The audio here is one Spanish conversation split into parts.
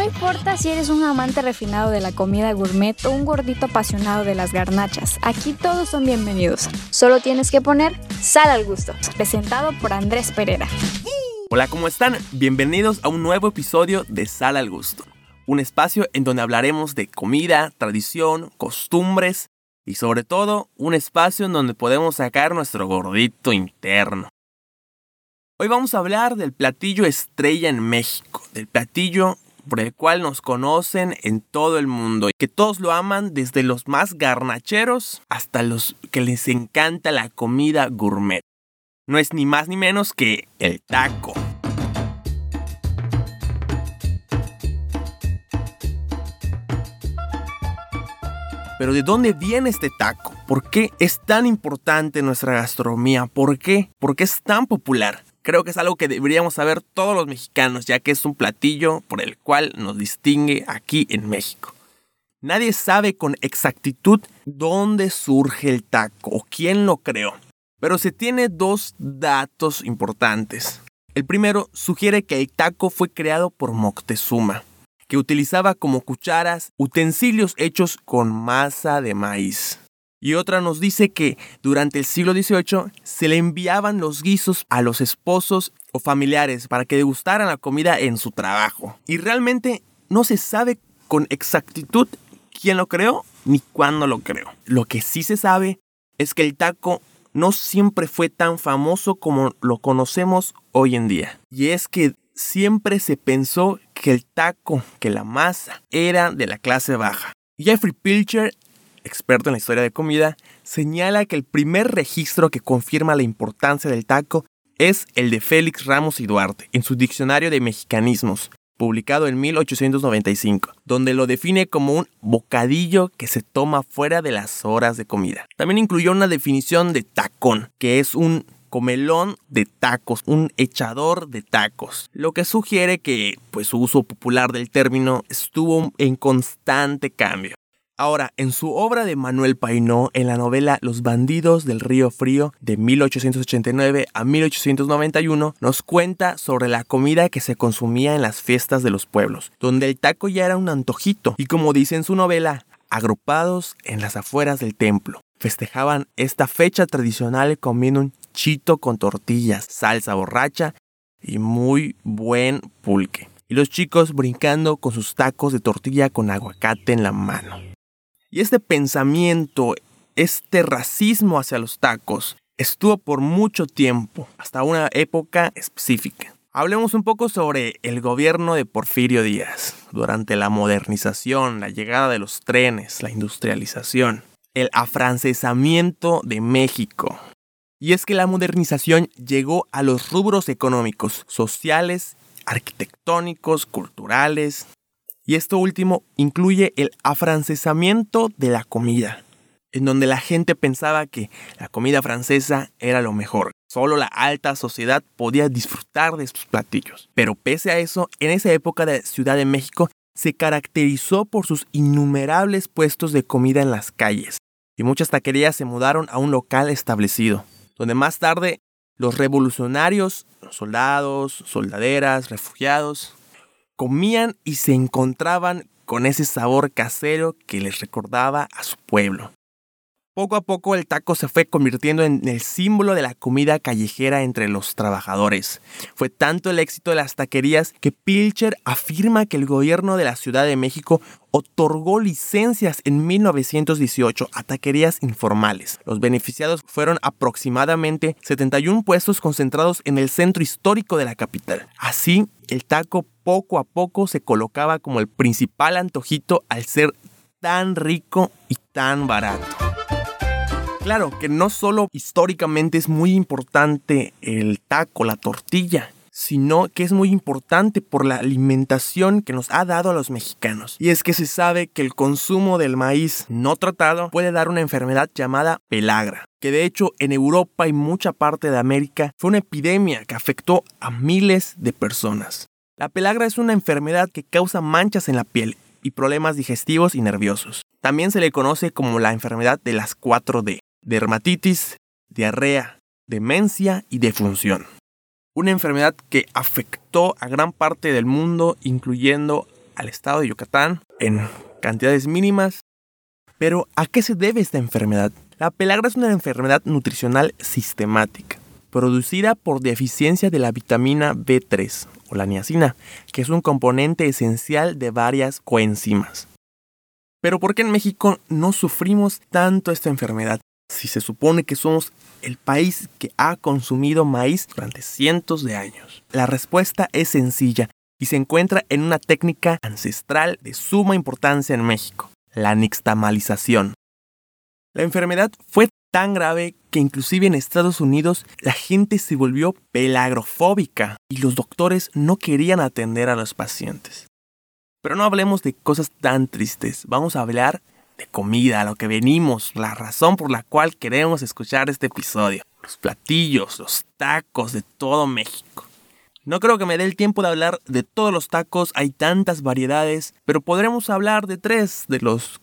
No importa si eres un amante refinado de la comida gourmet o un gordito apasionado de las garnachas, aquí todos son bienvenidos. Solo tienes que poner Sal al Gusto, presentado por Andrés Pereira. Hola, ¿cómo están? Bienvenidos a un nuevo episodio de Sal al Gusto. Un espacio en donde hablaremos de comida, tradición, costumbres y sobre todo un espacio en donde podemos sacar nuestro gordito interno. Hoy vamos a hablar del platillo estrella en México, del platillo por el cual nos conocen en todo el mundo y que todos lo aman, desde los más garnacheros hasta los que les encanta la comida gourmet. No es ni más ni menos que el taco. Pero ¿de dónde viene este taco? ¿Por qué es tan importante en nuestra gastronomía? ¿Por qué? ¿Por qué es tan popular? Creo que es algo que deberíamos saber todos los mexicanos, ya que es un platillo por el cual nos distingue aquí en México. Nadie sabe con exactitud dónde surge el taco o quién lo creó, pero se tiene dos datos importantes. El primero sugiere que el taco fue creado por Moctezuma, que utilizaba como cucharas utensilios hechos con masa de maíz. Y otra nos dice que durante el siglo XVIII se le enviaban los guisos a los esposos o familiares para que degustaran la comida en su trabajo. Y realmente no se sabe con exactitud quién lo creó ni cuándo lo creó. Lo que sí se sabe es que el taco no siempre fue tan famoso como lo conocemos hoy en día. Y es que siempre se pensó que el taco, que la masa, era de la clase baja. Jeffrey Pilcher, experto en la historia de comida, señala que el primer registro que confirma la importancia del taco es el de Félix Ramos y Duarte en su Diccionario de Mexicanismos, publicado en 1895, donde lo define como un bocadillo que se toma fuera de las horas de comida. También incluyó una definición de tacón, que es un comelón de tacos, un echador de tacos, lo que sugiere que su uso popular del término estuvo en constante cambio. Ahora, en su obra de Manuel Painó, en la novela Los bandidos del Río Frío, de 1889 a 1891, nos cuenta sobre la comida que se consumía en las fiestas de los pueblos, donde el taco ya era un antojito, y como dice en su novela, agrupados en las afueras del templo, festejaban esta fecha tradicional comiendo un chito con tortillas, salsa borracha y muy buen pulque, y los chicos brincando con sus tacos de tortilla con aguacate en la mano. Y este pensamiento, este racismo hacia los tacos, estuvo por mucho tiempo, hasta una época específica. Hablemos un poco sobre el gobierno de Porfirio Díaz, durante la modernización, la llegada de los trenes, la industrialización, el afrancesamiento de México. Y es que la modernización llegó a los rubros económicos, sociales, arquitectónicos, culturales. Y esto último incluye el afrancesamiento de la comida, en donde la gente pensaba que la comida francesa era lo mejor. Solo la alta sociedad podía disfrutar de estos platillos. Pero pese a eso, en esa época de Ciudad de México se caracterizó por sus innumerables puestos de comida en las calles. Y muchas taquerías se mudaron a un local establecido, donde más tarde los revolucionarios, los soldados, soldaderas, refugiados, comían y se encontraban con ese sabor casero que les recordaba a su pueblo. Poco a poco el taco se fue convirtiendo en el símbolo de la comida callejera entre los trabajadores. Fue tanto el éxito de las taquerías que Pilcher afirma que el gobierno de la Ciudad de México otorgó licencias en 1918 a taquerías informales. Los beneficiados fueron aproximadamente 71 puestos concentrados en el centro histórico de la capital. Así, el taco poco a poco se colocaba como el principal antojito al ser tan rico y tan barato. Claro que no solo históricamente es muy importante el taco, la tortilla, sino que es muy importante por la alimentación que nos ha dado a los mexicanos. Y es que se sabe que el consumo del maíz no tratado puede dar una enfermedad llamada pelagra, que de hecho en Europa y mucha parte de América fue una epidemia que afectó a miles de personas. La pelagra es una enfermedad que causa manchas en la piel y problemas digestivos y nerviosos. También se le conoce como la enfermedad de las 4D. Dermatitis, diarrea, demencia y defunción. Una enfermedad que afectó a gran parte del mundo, incluyendo al estado de Yucatán en cantidades mínimas. Pero, ¿a qué se debe esta enfermedad? La pelagra es una enfermedad nutricional sistemática, producida por deficiencia de la vitamina B3 o la niacina, que es un componente esencial de varias coenzimas. Pero ¿por qué en México no sufrimos tanto esta enfermedad? Si se supone que somos el país que ha consumido maíz durante cientos de años. La respuesta es sencilla y se encuentra en una técnica ancestral de suma importancia en México: la nixtamalización. La enfermedad fue tan grave que inclusive en Estados Unidos la gente se volvió pelagrofóbica y los doctores no querían atender a los pacientes. Pero no hablemos de cosas tan tristes, vamos a hablar de comida, a lo que venimos, la razón por la cual queremos escuchar este episodio. Los platillos, los tacos de todo México. No creo que me dé el tiempo de hablar de todos los tacos, hay tantas variedades, pero podremos hablar de tres de los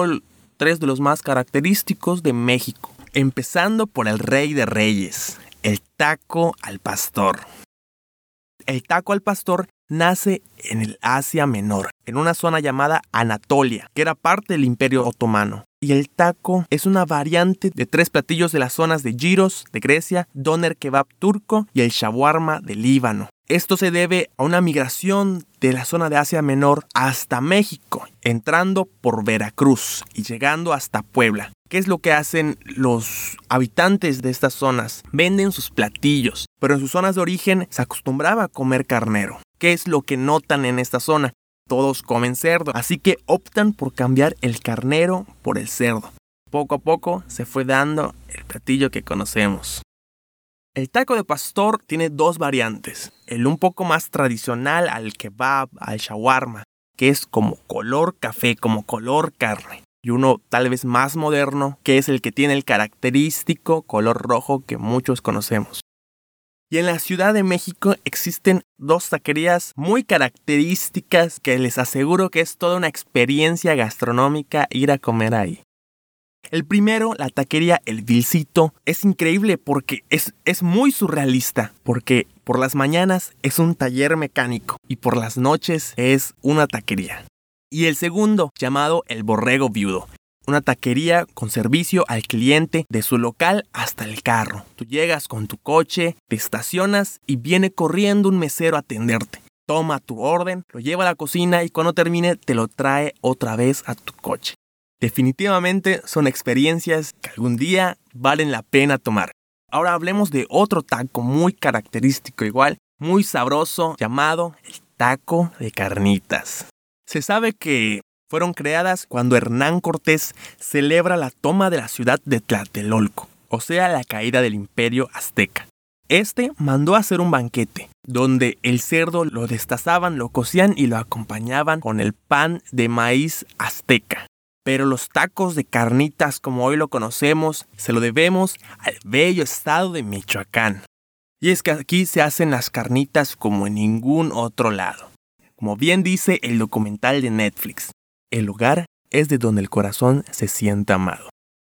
más característicos de México. Empezando por el rey de reyes, el taco al pastor. El taco al pastor nace en el Asia Menor, en una zona llamada Anatolia, que era parte del Imperio Otomano. Y el taco es una variante de tres platillos de las zonas de Gyros, de Grecia, Doner Kebab turco y el shawarma de Líbano. Esto se debe a una migración de la zona de Asia Menor hasta México, entrando por Veracruz y llegando hasta Puebla. ¿Qué es lo que hacen los habitantes de estas zonas? Venden sus platillos, pero en sus zonas de origen se acostumbraba a comer carnero. ¿Qué es lo que notan en esta zona? Todos comen cerdo, así que optan por cambiar el carnero por el cerdo. Poco a poco se fue dando el platillo que conocemos. El taco de pastor tiene dos variantes. El un poco más tradicional al kebab, al shawarma, que es como color café, como color carne. Y uno tal vez más moderno, que es el que tiene el característico color rojo que muchos conocemos. Y en la Ciudad de México existen dos taquerías muy características que les aseguro que es toda una experiencia gastronómica ir a comer ahí. El primero, la taquería El Vilcito, es increíble porque es muy surrealista, porque por las mañanas es un taller mecánico y por las noches es una taquería. Y el segundo, llamado El Borrego Viudo, una taquería con servicio al cliente de su local hasta el carro. Tú llegas con tu coche, te estacionas y viene corriendo un mesero a atenderte. Toma tu orden, lo lleva a la cocina y cuando termine te lo trae otra vez a tu coche. Definitivamente son experiencias que algún día valen la pena tomar. Ahora hablemos de otro taco muy característico igual, muy sabroso, llamado el taco de carnitas. Se sabe que fueron creadas cuando Hernán Cortés celebra la toma de la ciudad de Tlatelolco, o sea, la caída del Imperio Azteca. Este mandó a hacer un banquete, donde el cerdo lo destazaban, lo cocían y lo acompañaban con el pan de maíz azteca. Pero los tacos de carnitas como hoy lo conocemos, se lo debemos al bello estado de Michoacán. Y es que aquí se hacen las carnitas como en ningún otro lado. Como bien dice el documental de Netflix, el lugar es de donde el corazón se sienta amado.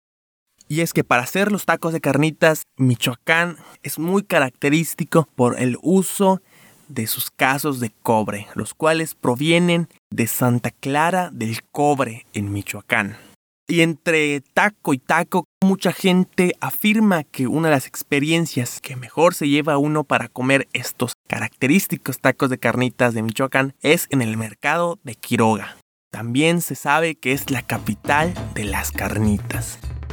Y es que para hacer los tacos de carnitas, Michoacán es muy característico por el uso de sus casos de cobre, los cuales provienen de Santa Clara del Cobre en Michoacán. Y entre taco y taco, mucha gente afirma que una de las experiencias que mejor se lleva uno para comer estos característicos tacos de carnitas de Michoacán es en el mercado de Quiroga. También se sabe que es la capital de las carnitas.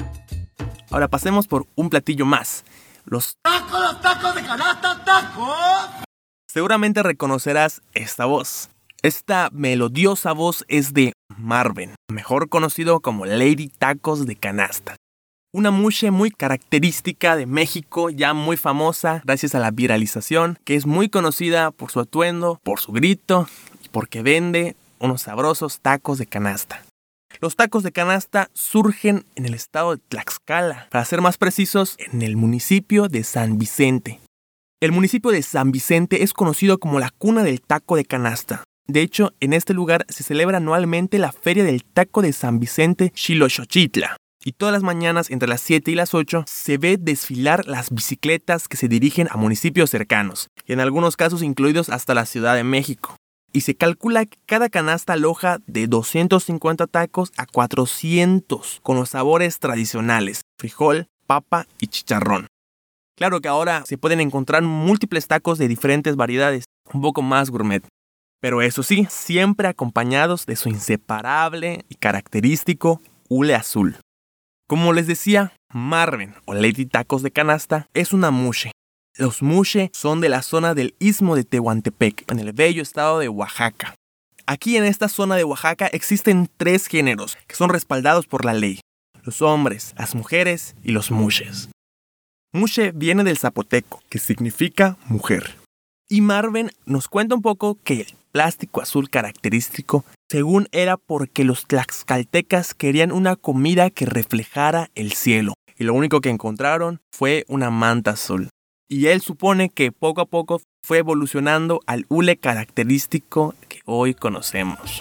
Ahora pasemos por un platillo más. Los tacos de canasta, tacos. Seguramente reconocerás esta voz. Esta melodiosa voz es de Marven, mejor conocido como Lady Tacos de Canasta. Una mushe muy característica de México, ya muy famosa gracias a la viralización, que es muy conocida por su atuendo, por su grito y porque vende unos sabrosos tacos de canasta. Los tacos de canasta surgen en el estado de Tlaxcala, para ser más precisos, en el municipio de San Vicente. El municipio de San Vicente es conocido como la cuna del taco de canasta. De hecho, en este lugar se celebra anualmente la Feria del Taco de San Vicente Xiloxochitla. Y todas las mañanas, entre las 7 y las 8, se ve desfilar las bicicletas que se dirigen a municipios cercanos, y en algunos casos incluidos hasta la Ciudad de México. Y se calcula que cada canasta aloja de 250 tacos a 400 con los sabores tradicionales, frijol, papa y chicharrón. Claro que ahora se pueden encontrar múltiples tacos de diferentes variedades, un poco más gourmet. Pero eso sí, siempre acompañados de su inseparable y característico hule azul. Como les decía, Marven o Lady Tacos de Canasta es una mushe. Los mushe son de la zona del Istmo de Tehuantepec, en el bello estado de Oaxaca. Aquí en esta zona de Oaxaca existen 3 géneros que son respaldados por la ley: los hombres, las mujeres y los mushes. Mushe viene del zapoteco, que significa mujer. Y Marven nos cuenta un poco que el plástico azul característico, según era porque los tlaxcaltecas querían una comida que reflejara el cielo, y lo único que encontraron fue una manta azul. Y él supone que poco a poco fue evolucionando al hule característico que hoy conocemos.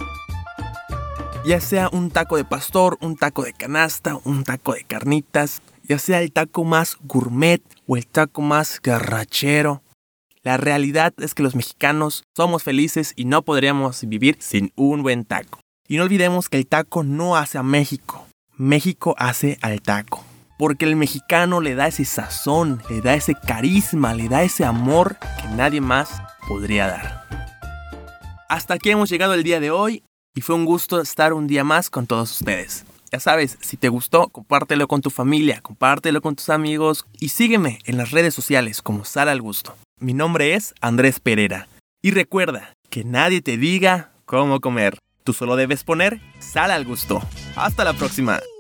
Ya sea un taco de pastor, un taco de canasta, un taco de carnitas, ya sea el taco más gourmet o el taco más garrachero, la realidad es que los mexicanos somos felices y no podríamos vivir sin un buen taco. Y no olvidemos que el taco no hace a México, México hace al taco. Porque el mexicano le da ese sazón, le da ese carisma, le da ese amor que nadie más podría dar. Hasta aquí hemos llegado el día de hoy y fue un gusto estar un día más con todos ustedes. Ya sabes, si te gustó, compártelo con tu familia, compártelo con tus amigos y sígueme en las redes sociales como Sal al Gusto. Mi nombre es Andrés Pereira y recuerda que nadie te diga cómo comer. Tú solo debes poner sal al gusto. Hasta la próxima.